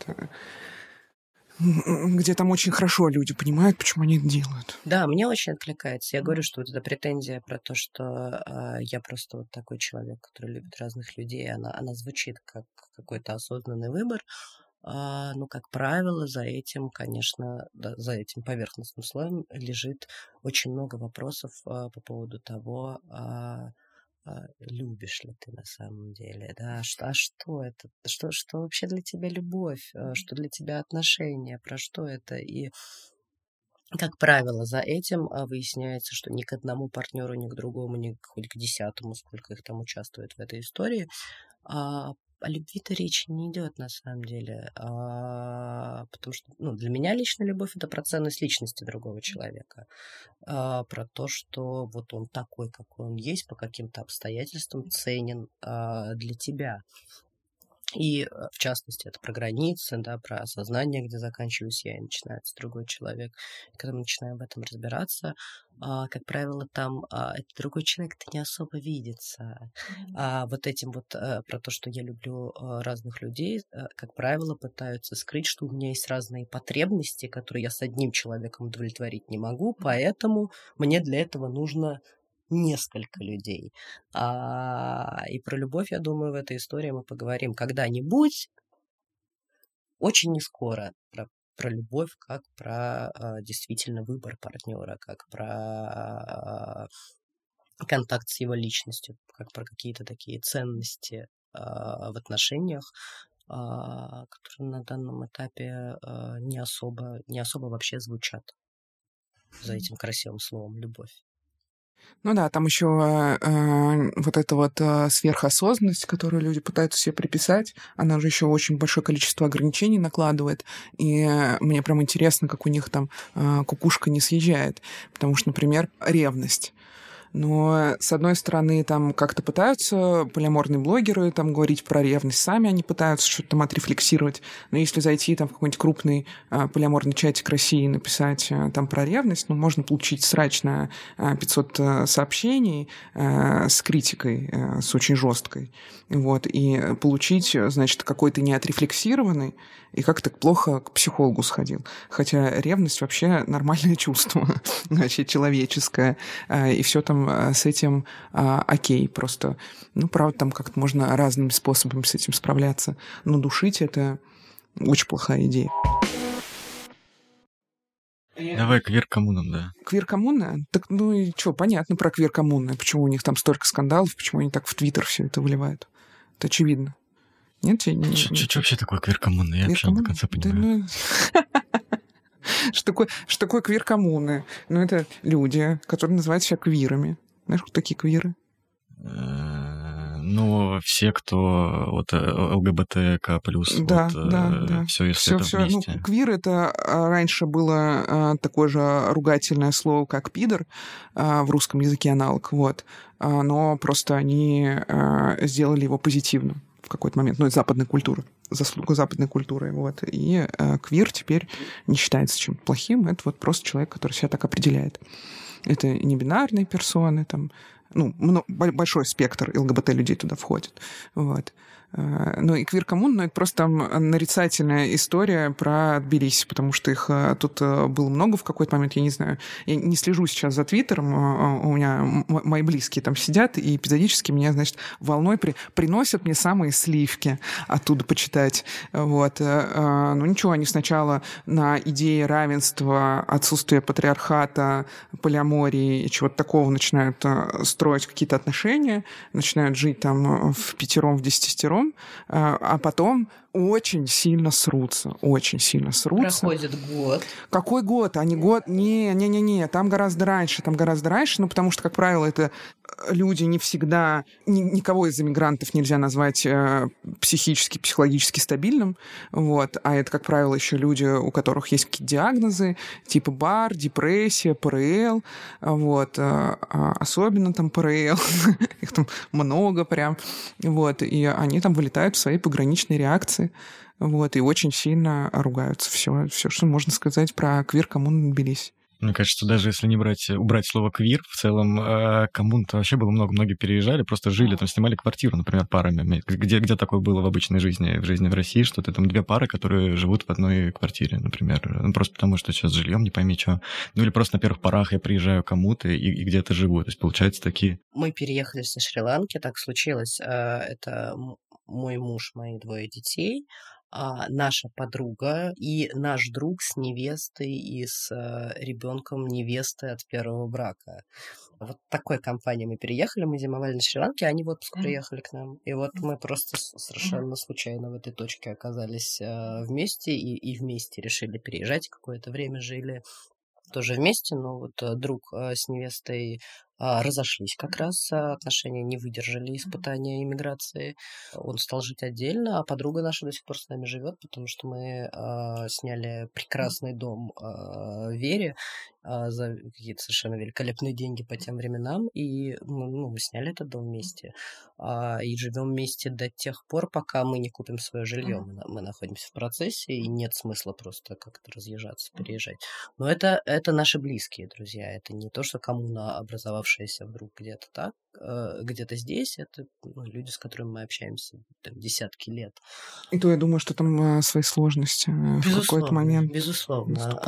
Где там очень хорошо люди понимают, почему они это делают. Да, мне очень откликается. Я говорю, что вот эта претензия про то, что а, я просто вот такой человек, который любит разных людей, она, она звучит как какой-то осознанный выбор. А, ну, как правило, за этим, конечно, да, за этим поверхностным слоем лежит очень много вопросов а, по поводу того, а, а, любишь ли ты на самом деле, да, а что, а что это, что, что вообще для тебя любовь, А, что для тебя отношения, про что это, и как правило, за этим а, выясняется, что ни к одному партнеру, ни к другому, ни к- хоть к десятому, сколько их там участвует в этой истории, а, о любви-то речи не идет на самом деле. А, потому что ну, для меня лично любовь это про ценность личности другого человека. А, про то, что вот он такой, какой он есть, по каким-то обстоятельствам ценен а, для тебя. И, э, в частности, это про границы, да, про осознание, где заканчиваюсь я и начинается другой человек. И когда мы начинаем в этом разбираться, а, как правило, там а, этот другой человек-то не особо видится. А вот этим вот э, про то, что я люблю э, разных людей, э, как правило, пытаются скрыть, что у меня есть разные потребности, которые я с одним человеком удовлетворить не могу, поэтому мне для этого нужно несколько людей. А, и про любовь, я думаю, в этой истории мы поговорим когда-нибудь, очень не скоро, про, про любовь, как про а, действительно выбор партнера, как про а, контакт с его личностью, как про какие-то такие ценности а, в отношениях, а, которые на данном этапе а, не особо, не особо вообще звучат за этим красивым словом «любовь». Ну да, там еще э, вот эта вот э, сверхосознанность, которую люди пытаются себе приписать, она же еще очень большое количество ограничений накладывает. И э, мне прям интересно, как у них там э, кукушка не съезжает. Потому что, например, ревность. Но, с одной стороны, там как-то пытаются полиаморные блогеры там говорить про ревность, сами они пытаются что-то там отрефлексировать. Но если зайти там в какой-нибудь крупный а, полиаморный чатик России и написать а, там про ревность, ну, можно получить срач на а, пятьсот а, сообщений а, с критикой, а, с очень жесткой. Вот, и получить, значит, какой-то неотрефлексированный, и как-то плохо к психологу сходил. Хотя ревность вообще нормальное чувство, значит, человеческое, и все там с этим а, окей, просто, ну, правда, там как-то можно разными способами с этим справляться, но душить — это очень плохая идея. Давай квир-коммунам, да. Квир-коммуна? Так, ну и что, понятно про квир-коммуны, почему у них там столько скандалов, почему они так в Твиттер все это выливают. Это очевидно. Нет? Не, Что вообще такое квир-коммуна? Я вообще не до конца понимаю. Что такое, что такое квир-коммуны? Ну, это люди, которые называют себя квирами. Знаешь, кто такие квиры? Ну, все, кто вот ЛГБТК плюс, да, вот, да, да. все, если все, это все. вместе. Ну, квир — это раньше было такое же ругательное слово, как пидор, в русском языке аналог, вот. Но просто они сделали его позитивным в какой-то момент, ну, это западная культура, заслуга западной культуры, вот, и э, квир теперь не считается чем-то плохим, это вот просто человек, который себя так определяет. Это не бинарные персоны, там, ну, много, большой спектр ЛГБТ-людей туда входит, вот. Ну и квир-коммун, ну это просто там нарицательная история про Тбилиси, потому что их тут было много в какой-то момент, я не знаю, я не слежу сейчас за Твиттером, у меня мои близкие там сидят, и эпизодически меня, значит, волной при... приносят мне самые сливки оттуда почитать, вот. Ну ничего, они сначала на идее равенства, отсутствия патриархата, полиамории и чего-то такого начинают строить какие-то отношения, начинают жить там в пятером, в десятером, а потом очень сильно срутся, очень сильно срутся. Проходит год. Какой год? Они год? Не-не-не-не, там гораздо раньше, там гораздо раньше, ну, потому что, как правило, это люди не всегда... Ни, никого из иммигрантов нельзя назвать э, психически, психологически стабильным, вот, а это, как правило, еще люди, у которых есть какие-то диагнозы, типа бар, депрессия, ПРЛ, вот, э, особенно там ПРЛ, их там много прям, вот, и они там вылетают в свои пограничные реакции, вот, и очень сильно ругаются. Все, все, что можно сказать про квир-коммуну Тбилиси. Мне кажется, даже если не брать, убрать слово «квир», в целом коммун-то вообще было много, многие переезжали, просто жили, там снимали квартиру, например, парами. Где, где такое было в обычной жизни, в жизни в России, что ты там две пары, которые живут в одной квартире, например. Ну, просто потому, что сейчас с жильем не пойми что. Ну или просто на первых порах я приезжаю к кому-то и, и где-то живу. То есть, получается, такие... Мы переехали со Шри-Ланки, так случилось. Это мой муж, мои двое детей, а наша подруга и наш друг с невестой и с ребенком невесты от первого брака. Вот такой компанией мы переехали, мы зимовали на Шри-Ланке, а они в отпуск приехали к нам. И вот мы просто совершенно случайно в этой точке оказались вместе и, и вместе решили переезжать, какое-то время жили тоже вместе, но вот друг с невестой разошлись как раз, отношения не выдержали испытания иммиграции. Он стал жить отдельно, а подруга наша до сих пор с нами живет, потому что мы э, сняли прекрасный дом э, в Вере э, за какие-то совершенно великолепные деньги по тем временам, и мы, ну, мы сняли этот дом вместе. Э, и живем вместе до тех пор, пока мы не купим свое жилье. Мы, мы находимся в процессе, и нет смысла просто как-то разъезжаться, переезжать. Но это, это наши близкие друзья, это не то, что коммуна образовавшаяся вдруг где-то так, где-то здесь, это ну, люди, с которыми мы общаемся там, десятки лет. И то я думаю, что там свои сложности безусловно, в какой-то момент. Безусловно.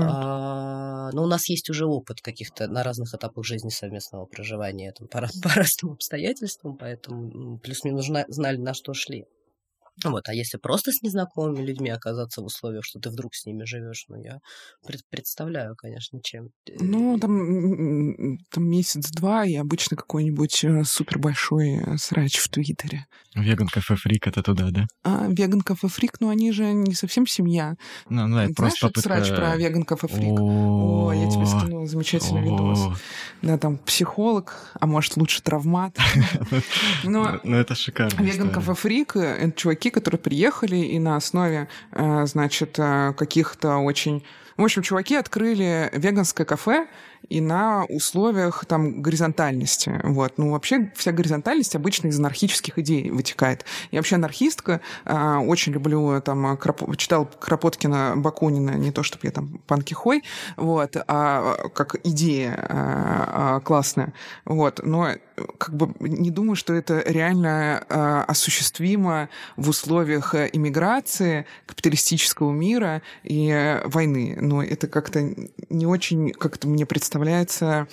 А, но у нас есть уже опыт каких-то на разных этапах жизни совместного проживания там, по, по разным обстоятельствам, поэтому плюс-минус знали, на что шли. Вот, а если просто с незнакомыми людьми оказаться в условиях, что ты вдруг с ними живешь, ну, я пред- представляю, конечно, чем. Ну, там, там месяц-два, и обычно какой-нибудь супер большой срач в Твиттере. Веган кафе фрик это туда, да? А веган кафе фрик, ну они же не совсем семья. Ну, ну, это Знаешь, просто этот попытка... срач про веган кафе фрик? О, я тебе скинула замечательный видос. Да, там психолог, а может лучше травмат. Ну, это шикарно. Веган кафе фрик — это чуваки, которые приехали и на основе, значит, каких-то очень... В общем, чуваки открыли веганское кафе и на условиях там горизонтальности. Вот. Ну, вообще, вся горизонтальность обычно из анархических идей вытекает. Я вообще анархистка, э, очень люблю, там, Кроп... читал Кропоткина, Бакунина, не то, чтобы я там панкихой, вот, а как идея э, э, классная. Вот. Но как бы не думаю, что это реально э, осуществимо в условиях иммиграции, капиталистического мира и войны. Но это как-то не очень, как-то мне представляется,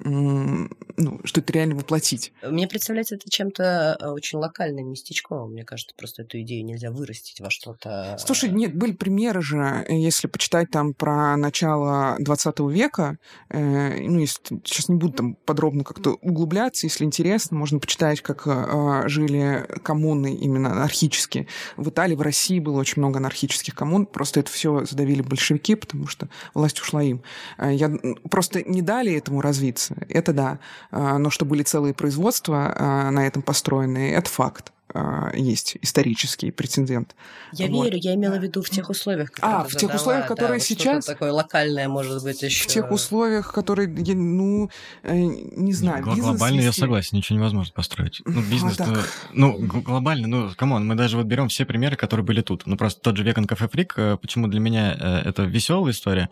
ну, что это реально воплотить. Мне представляется это чем-то очень локальным, местечковым. Мне кажется, просто эту идею нельзя вырастить во что-то... Слушай, нет, были примеры же, если почитать там про начало двадцатого века, э, ну, если, сейчас не буду там подробно как-то углубляться, если интересно, можно почитать, как э, жили коммуны именно анархические. В Италии, в России было очень много анархических коммун, просто это все задавили большевики, потому что власть ушла им. Я, просто не дали этому развиться, это да, но что были целые производства на этом построены, это факт. Есть исторический прецедент. Я вот. верю, я имела в виду в тех условиях, которые А, в тех задала, условиях, которые да, сейчас... Что-то такое локальное, может быть, еще... В тех условиях, которые, ну, не знаю, Гл- Глобально я согласен, ничего невозможно построить. Ну, бизнес... А ну, ну, глобально, ну, камон, мы даже вот берем все примеры, которые были тут. Ну, просто тот же Веган Кафе Фрик, почему для меня это веселая история,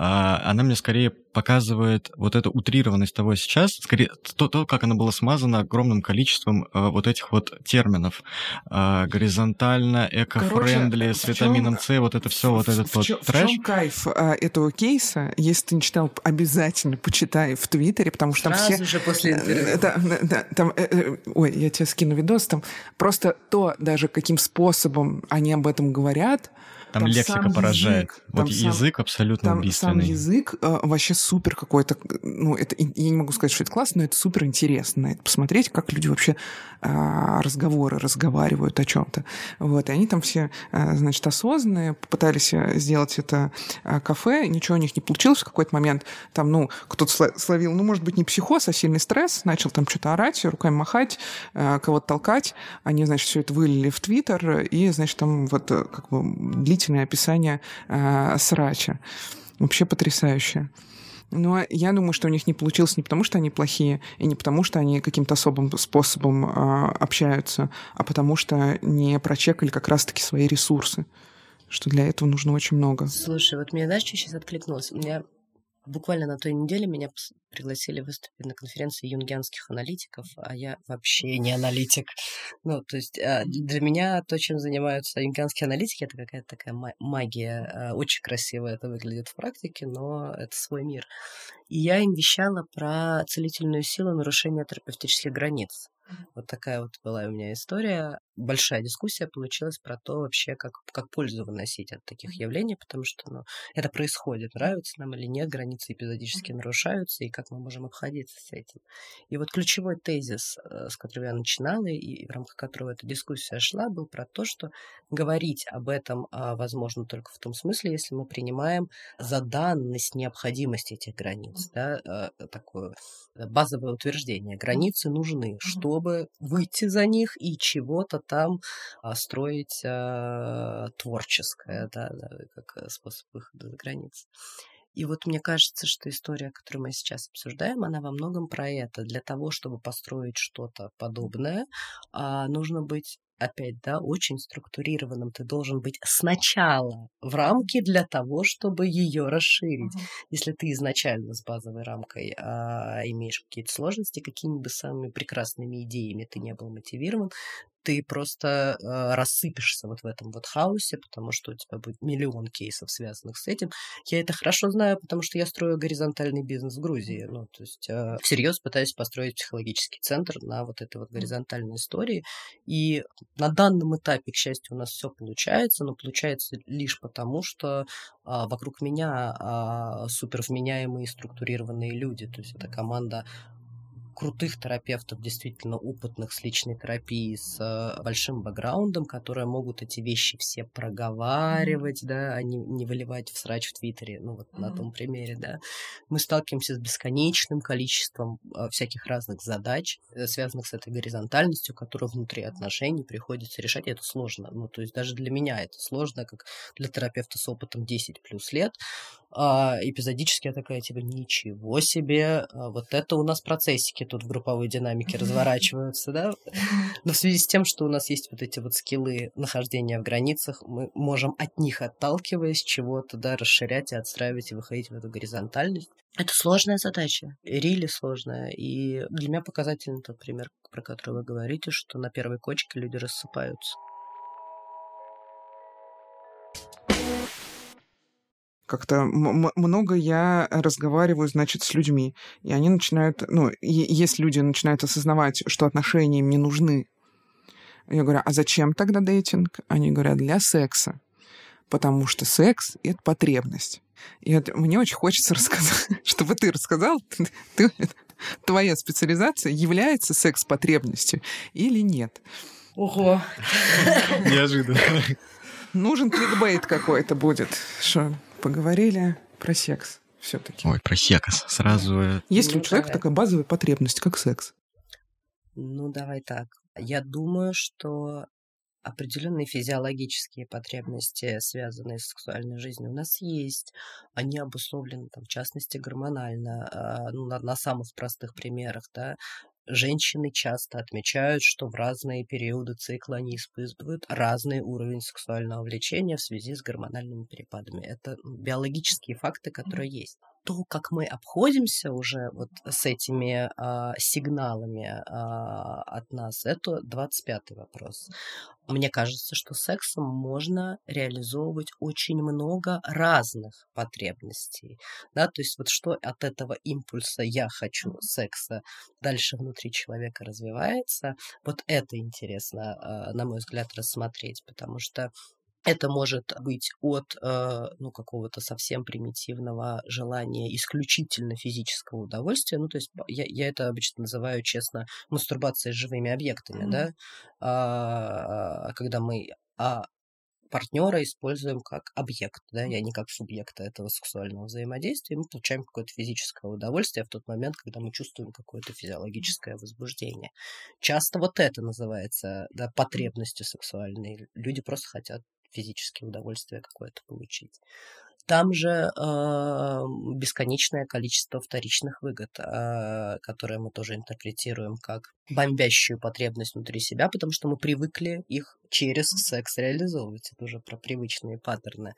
она мне скорее показывает вот эту утрированность того сейчас, скорее то, то как оно было смазано огромным количеством вот этих вот терминов. Горизонтально, эко-френдли, с витамином С, вот это все, вот этот в вот чё, трэш. В чем кайф а, этого кейса? Если ты не читал, обязательно почитай в Твиттере, потому что там Сразу все... же после интервью. Да, да, там, э, э, ой, я тебе скину видос, там просто то, даже каким способом они об этом говорят, Там, там лексика поражает. Язык, вот сам, язык абсолютно там убийственный. Сам язык э, вообще супер какой-то. Ну, это, я не могу сказать, что это классно, но это супер интересно. Это посмотреть, как люди вообще э, разговоры разговаривают о чем-то. Вот. И они там все, э, значит, осознанные, попытались сделать это э, кафе, ничего у них не получилось в какой-то момент. Там, ну, кто-то словил, ну, может быть, не психоз, а сильный стресс, начал там что-то орать, руками махать, э, кого-то толкать. Они, значит, все это вылили в Твиттер, и, значит, там вот как бы длительное описание э, срача. Вообще потрясающе. Но я думаю, что у них не получилось не потому, что они плохие, и не потому, что они каким-то особым способом э, общаются, а потому что не прочекали как раз-таки свои ресурсы, что для этого нужно очень много. Слушай, вот мне, знаешь, что сейчас откликнулось? У меня буквально на той неделе меня пригласили выступить на конференции юнгианских аналитиков, а я вообще не аналитик. Ну, то есть для меня то, чем занимаются юнгианские аналитики, это какая-то такая магия. Очень красиво это выглядит в практике, но это свой мир. И я им вещала про целительную силу нарушения терапевтических границ. Вот такая вот была у меня история. Большая дискуссия получилась про то вообще, как, как пользу выносить от таких явлений, потому что ну, это происходит, нравится нам или нет, границы эпизодически нарушаются, и как мы можем обходиться с этим. И вот ключевой тезис, с которого я начинала, и в рамках которого эта дискуссия шла, был про то, что говорить об этом возможно только в том смысле, если мы принимаем за данность необходимость этих границ, да, такое базовое утверждение. Границы нужны, чтобы выйти за них и чего-то там а, строить а, творческое, да, да, как способ выхода за границы. И вот мне кажется, что история, которую мы сейчас обсуждаем, она во многом про это. Для того, чтобы построить что-то подобное, а, нужно быть опять, да, очень структурированным. Ты должен быть сначала в рамке для того, чтобы ее расширить. Uh-huh. Если ты изначально с базовой рамкой а, имеешь какие-то сложности, какими бы самыми прекрасными идеями ты не был мотивирован, ты просто э, рассыпешься вот в этом вот хаосе, потому что у тебя будет миллион кейсов, связанных с этим. Я это хорошо знаю, потому что я строю горизонтальный бизнес в Грузии. Ну, то есть э, всерьез пытаюсь построить психологический центр на вот этой вот горизонтальной истории. И на данном этапе, к счастью, у нас все получается, но получается лишь потому, что э, вокруг меня э, супервменяемые и структурированные люди. То есть это команда крутых терапевтов, действительно опытных с личной терапией, с э, большим бэкграундом, которые могут эти вещи все проговаривать, mm-hmm. да, а не, не выливать в срач в Твиттере, ну вот mm-hmm. на том примере, да. Мы сталкиваемся с бесконечным количеством э, всяких разных задач, э, связанных с этой горизонтальностью, которую внутри отношений приходится решать, и это сложно. Ну, то есть даже для меня это сложно, как для терапевта с опытом десять плюс лет. А, эпизодически я такая, типа, ничего себе, а, вот это у нас процессики тут в групповой динамике разворачиваются, да? Но в связи с тем, что у нас есть вот эти вот скиллы нахождения в границах, мы можем от них, отталкиваясь, чего-то, да, расширять и отстраивать и выходить в эту горизонтальность. Это сложная задача, рили сложная, и для меня показательный тот пример, про который вы говорите, что на первой кочке люди рассыпаются. Как-то м- много я разговариваю, значит, с людьми, и они начинают, ну, и- если люди начинают осознавать, что отношения им не нужны, я говорю, а зачем тогда дейтинг? Они говорят, для секса, потому что секс — это потребность. И это, мне очень хочется рассказать, чтобы ты рассказал, ты, ты, твоя специализация является секс-потребностью или нет? Ого! Неожиданно. Нужен кликбейт какой-то будет, что... Поговорили про секс все-таки. Ой, про секс. Сразу... Есть ли ну, у человека давай. такая базовая потребность, как секс? Ну, давай так. Я думаю, что определенные физиологические потребности, связанные с сексуальной жизнью, у нас есть. Они обусловлены, там, в частности, гормонально. Ну, на, на самых простых примерах, да. Женщины часто отмечают, что в разные периоды цикла они испытывают разный уровень сексуального влечения в связи с гормональными перепадами. Это биологические факты, которые есть. То, как мы обходимся уже вот с этими а, сигналами а, от нас, это двадцать пятый вопрос. Мне кажется, что сексом можно реализовывать очень много разных потребностей. Да? То есть вот что от этого импульса «я хочу секса» дальше внутри человека развивается, вот это интересно, а, на мой взгляд, рассмотреть, потому что это может быть от э, ну, какого-то совсем примитивного желания исключительно физического удовольствия. Ну, то есть я, я это обычно называю, честно, мастурбацией с живыми объектами, mm-hmm. да, а, когда мы а, партнера используем как объект, да, и не как субъекта этого сексуального взаимодействия, и мы получаем какое-то физическое удовольствие в тот момент, когда мы чувствуем какое-то физиологическое возбуждение. Часто вот это называется, да, потребностью сексуальной. Люди просто хотят физическое удовольствие какое-то получить. Там же э, бесконечное количество вторичных выгод, э, которые мы тоже интерпретируем как бомбящую потребность внутри себя, потому что мы привыкли их через секс реализовывать. Это уже про привычные паттерны.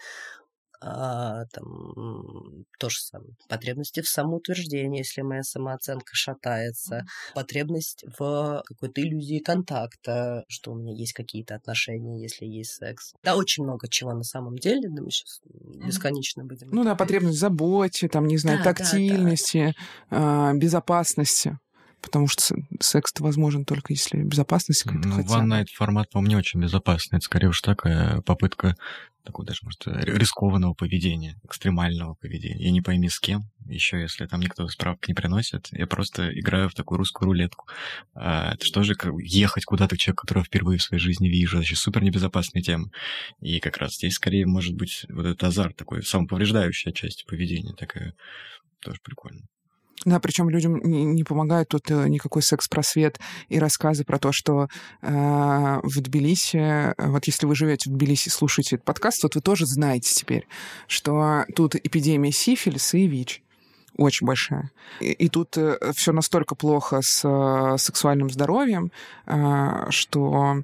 А, там, то же самое. Потребности в самоутверждении, если моя самооценка шатается. Потребность в какой-то иллюзии контакта, что у меня есть какие-то отношения, если есть секс. Да, очень много чего на самом деле, да, мы сейчас бесконечно будем... Ну да, потребность в заботе, там, не знаю, да, тактильности, да, да. безопасности. Потому что секс-то возможен только если безопасность какая-то. Ну, хотя One Night формат, по-моему, не очень безопасный. Это скорее уж такая попытка такого даже, может, рискованного поведения, экстремального поведения. И не пойми с кем, еще если там никто справок не приносит. Я просто играю в такую русскую рулетку. А, это что же, как ехать куда-то к человеку, которого впервые в своей жизни вижу. Это супер небезопасная тема. И как раз здесь скорее может быть вот этот азарт, такой самоповреждающая часть поведения такая. Тоже прикольно. Да, причем людям не, не помогает тут никакой секс-просвет и рассказы про то, что э, в Тбилиси, вот если вы живете в Тбилиси, слушаете этот подкаст, вот вы тоже знаете теперь, что тут эпидемия сифилиса и ВИЧ очень большая. И, и тут все настолько плохо с э, сексуальным здоровьем, э, что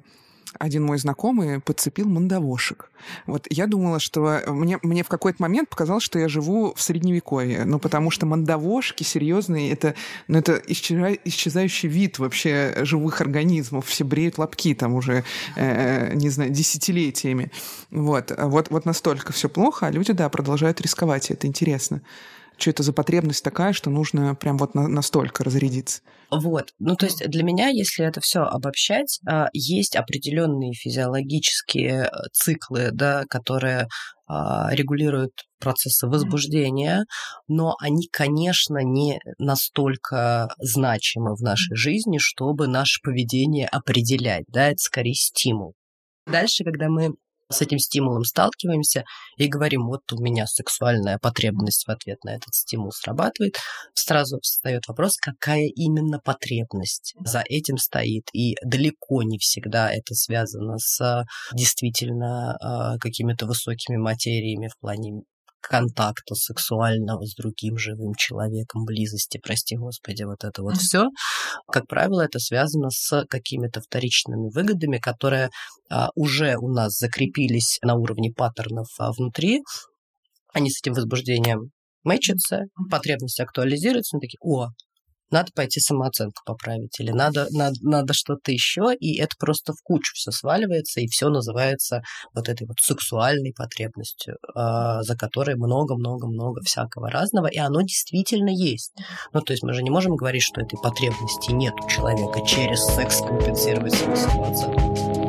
один мой знакомый подцепил мандавошек. Вот я думала, что... Мне, мне в какой-то момент показалось, что я живу в Средневековье. Ну, потому что мандавошки серьезные, это, ну, это исчеза, исчезающий вид вообще живых организмов. Все бреют лобки там уже, э, не знаю, десятилетиями. Вот. Вот, вот настолько все плохо, а люди, да, продолжают рисковать, и это интересно. Что это за потребность такая, что нужно прям вот на, настолько разрядиться? Вот. Ну, то есть для меня, если это все обобщать, есть определенные физиологические циклы, да, которые регулируют процессы возбуждения, но они, конечно, не настолько значимы в нашей жизни, чтобы наше поведение определять. Да, это скорее стимул. Дальше, когда мы с этим стимулом сталкиваемся и говорим, вот у меня сексуальная потребность в ответ на этот стимул срабатывает, сразу встает вопрос, какая именно потребность за этим стоит. И далеко не всегда это связано с действительно какими-то высокими материями в плане контакта сексуального с другим живым человеком, близости, прости господи, вот это вот все. Как правило, это связано с какими-то вторичными выгодами, которые а, уже у нас закрепились на уровне паттернов а, внутри. Они с этим возбуждением мэчатся, потребность актуализируется, мы такие, о, надо пойти самооценку поправить, или надо, надо, надо что-то еще, и это просто в кучу все сваливается, и все называется вот этой вот сексуальной потребностью, э, за которой много-много-много всякого разного, и оно действительно есть. Ну, то есть мы же не можем говорить, что этой потребности нет у человека через секс компенсировать свою самооценку.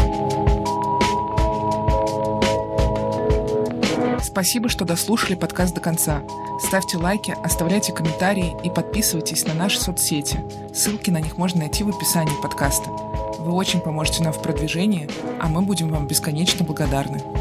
Спасибо, что дослушали подкаст до конца. Ставьте лайки, оставляйте комментарии и подписывайтесь на наши соцсети. Ссылки на них можно найти в описании подкаста. Вы очень поможете нам в продвижении, а мы будем вам бесконечно благодарны.